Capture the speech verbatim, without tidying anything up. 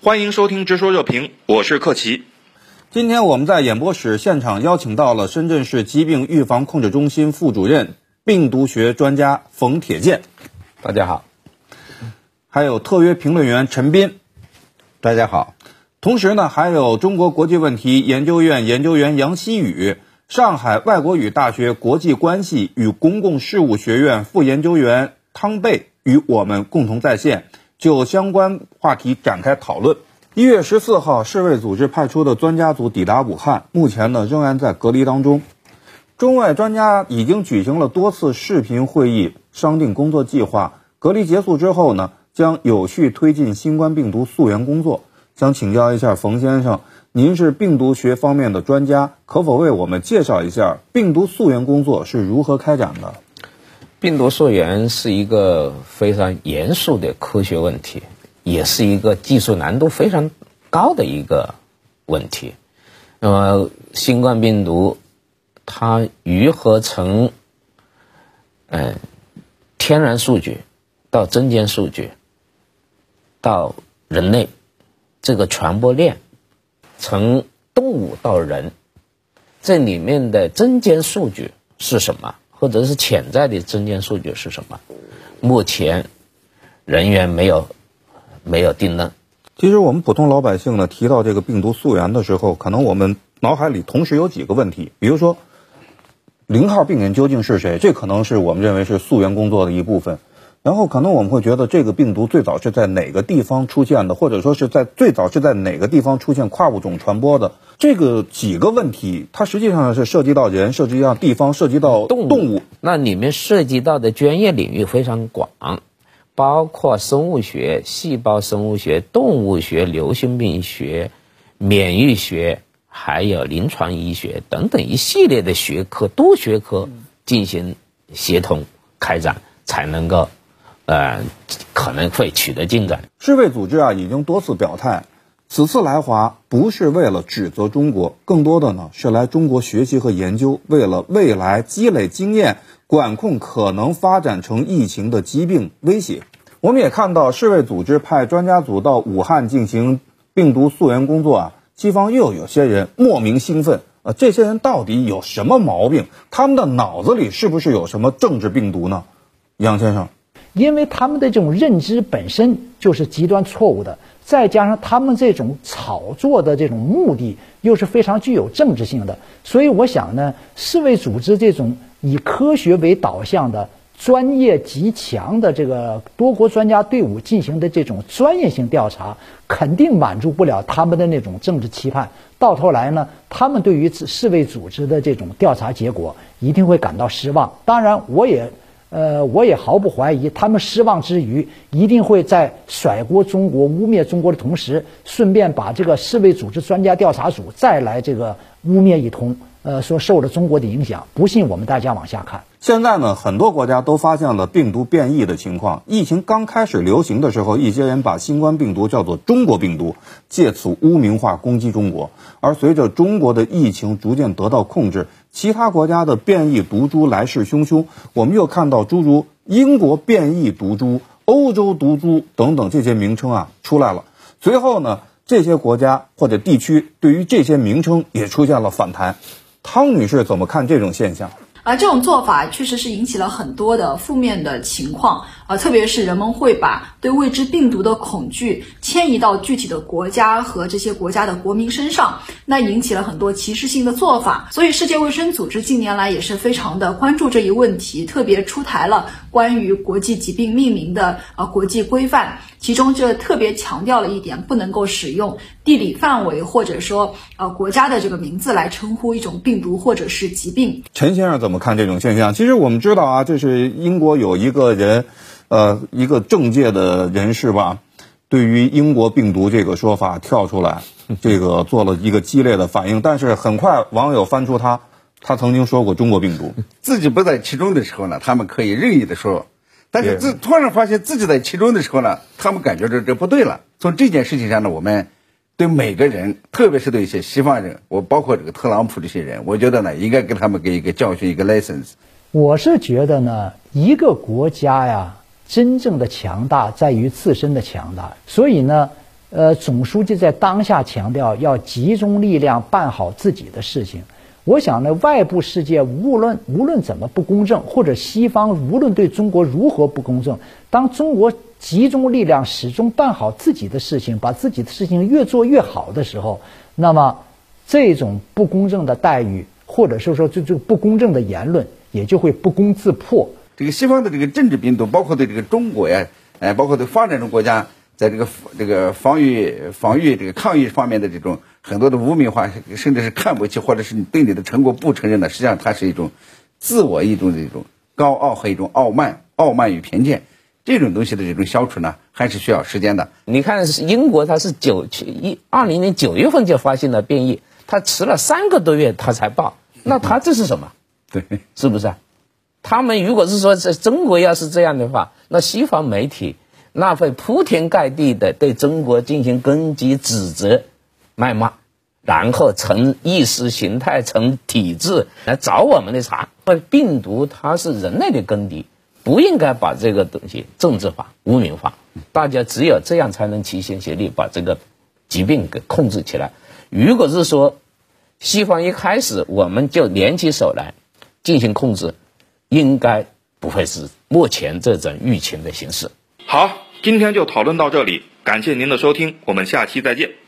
欢迎收听直说热评，我是克奇。 今天我们在演播室现场邀请到了深圳市疾病预防控制中心副主任、病毒学专家冯铁健， 大家好。 还有特约评论员陈斌， 大家好。 同时呢，还有中国国际问题研究院研究员杨希宇，上海外国语大学国际关系与公共事务学院副研究员汤贝与我们共同在线，就相关话题展开讨论。一月十四号，世卫组织派出的专家组抵达武汉，目前呢仍然在隔离当中。中外专家已经举行了多次视频会议，商定工作计划。隔离结束之后呢，将有序推进新冠病毒溯源工作。想请教一下冯先生，您是病毒学方面的专家，可否为我们介绍一下病毒溯源工作是如何开展的？ 病毒溯源是一个非常严肃的科学问题，也是一个技术难度非常高的一个问题。那么新冠病毒它愈合成呃天然数据到针尖数据到人类，这个传播链从动物到人，这里面的针尖数据是什么，或者是潜在的针尖数据是什么，目前人员没有没有定论。 其实我们普通老百姓呢，提到这个病毒溯源的时候，可能我们脑海里同时有几个问题，比如说零号病人究竟是谁，这可能是我们认为是溯源工作的一部分。然后可能我们会觉得这个病毒最早是在哪个地方出现的，或者说是在最早是在哪个地方出现跨物种传播的，这个几个问题它实际上是涉及到人，涉及到地方，涉及到动物。动物那里面涉及到的专业领域非常广，包括生物学、细胞生物学、动物学、流行病学、免疫学，还有临床医学等等一系列的学科，多学科进行协同开展，才能够呃，可能会取得进展。 世卫组织啊已经多次表态，此次来华不是为了指责中国，更多的呢是来中国学习和研究，为了未来积累经验，管控可能发展成疫情的疾病威胁。我们也看到世卫组织派专家组到武汉进行病毒溯源工作啊，西方又有些人莫名兴奋啊，这些人到底有什么毛病？他们的脑子里是不是有什么政治病毒呢？杨先生。 因为他们的这种认知本身就是极端错误的，再加上他们这种炒作的这种目的又是非常具有政治性的，所以我想呢，世卫组织这种以科学为导向的专业极强的这个多国专家队伍进行的这种专业性调查，肯定满足不了他们的那种政治期盼。到头来呢，他们对于世卫组织的这种调查结果一定会感到失望。当然，我也呃，我也毫不怀疑，他们失望之余，一定会在甩锅中国、污蔑中国的同时，顺便把这个世卫组织专家调查组再来这个污蔑一通，呃，说受了中国的影响。不信，我们大家往下看。 现在呢，很多国家都发现了病毒变异的情况。疫情刚开始流行的时候，一些人把新冠病毒叫做中国病毒，借此污名化攻击中国。而随着中国的疫情逐渐得到控制，其他国家的变异毒株来势汹汹，我们又看到诸如英国变异毒株、欧洲毒株等等这些名称啊出来了。随后呢，这些国家或者地区对于这些名称也出现了反弹。汤女士怎么看这种现象？ 而这种做法确实是引起了很多的负面的情况，呃，特别是人们会把对未知病毒的恐惧迁移到具体的国家和这些国家的国民身上，那引起了很多歧视性的做法。所以世界卫生组织近年来也是非常的关注这一问题，特别出台了关于国际疾病命名的呃国际规范，其中这特别强调了一点，不能够使用地理范围或者说呃国家的这个名字来称呼一种病毒或者是疾病。 陈先生怎么看这种现象？其实我们知道啊，这是英国有一个人，呃，一个政界的人士吧，对于英国病毒这个说法跳出来，这个做了一个激烈的反应。但是很快网友翻出他，他曾经说过中国病毒。 自己不在其中的时候呢，他们可以任意的说，但是自突然发现自己在其中的时候呢，他们感觉这这不对了。从这件事情上呢，我们对每个人，特别是对一些西方人，我包括这个特朗普这些人，我觉得呢，应该给他们给一个教训，一个 lessons。 我是觉得呢，一个国家呀，真正的强大在于自身的强大。所以呢， 呃，总书记在当下强调要集中力量办好自己的事情。我想呢，外部世界无论无论怎么不公正，或者西方无论对中国如何不公正，当中国集中力量始终办好自己的事情，把自己的事情越做越好的时候，那么这种不公正的待遇，或者是说这这不公正的言论，也就会不攻自破。 这个西方的这个政治病毒，包括对这个中国呀，哎，包括对发展中国家在这个这个防御、防御这个抗疫方面的这种很多的污名化，甚至是看不起，或者是对你的成果不承认的，实际上它是一种自我一种的一种高傲和一种傲慢、傲慢与偏见。这种东西的这种消除呢，还是需要时间的。 你看，英国它是九一二零年九月份就发现了变异，它迟了三个多月它才报，那它这是什么？ 对， 是不是啊？他们如果是说在中国要是这样的话，那西方媒体那会铺天盖地的对中国进行攻击、指责、谩骂，然后从意识形态、从体制来找我们的茬。病毒它是人类的公敌，不应该把这个东西政治化、污名化。大家只有这样才能齐心协力把这个疾病给控制起来。如果是说西方一开始我们就联起手来进行控制，应该不会是目前这种疫情的形式。 好，今天就讨论到这里，感谢您的收听，我们下期再见。